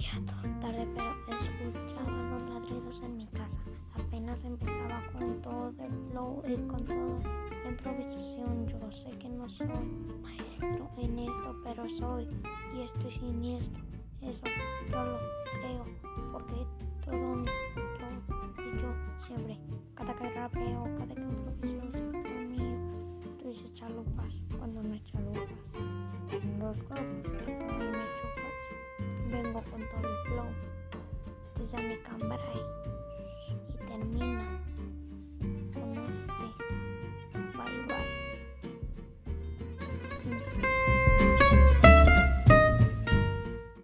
demasiado tarde, pero escuchaba los ladridos en mi casa. Apenas empezaba con todo el flow y con toda la improvisación. Yo sé que no soy maestro en esto, pero soy y estoy siniestro. Eso yo lo creo, porque todo y yo siempre, cada que rapeo, cada que improviso, es lo mío. Tú dices chalupas cuando no es chalupas. Los grupos y me chupas. Vengo con todo el flow desde mi cámara y termina.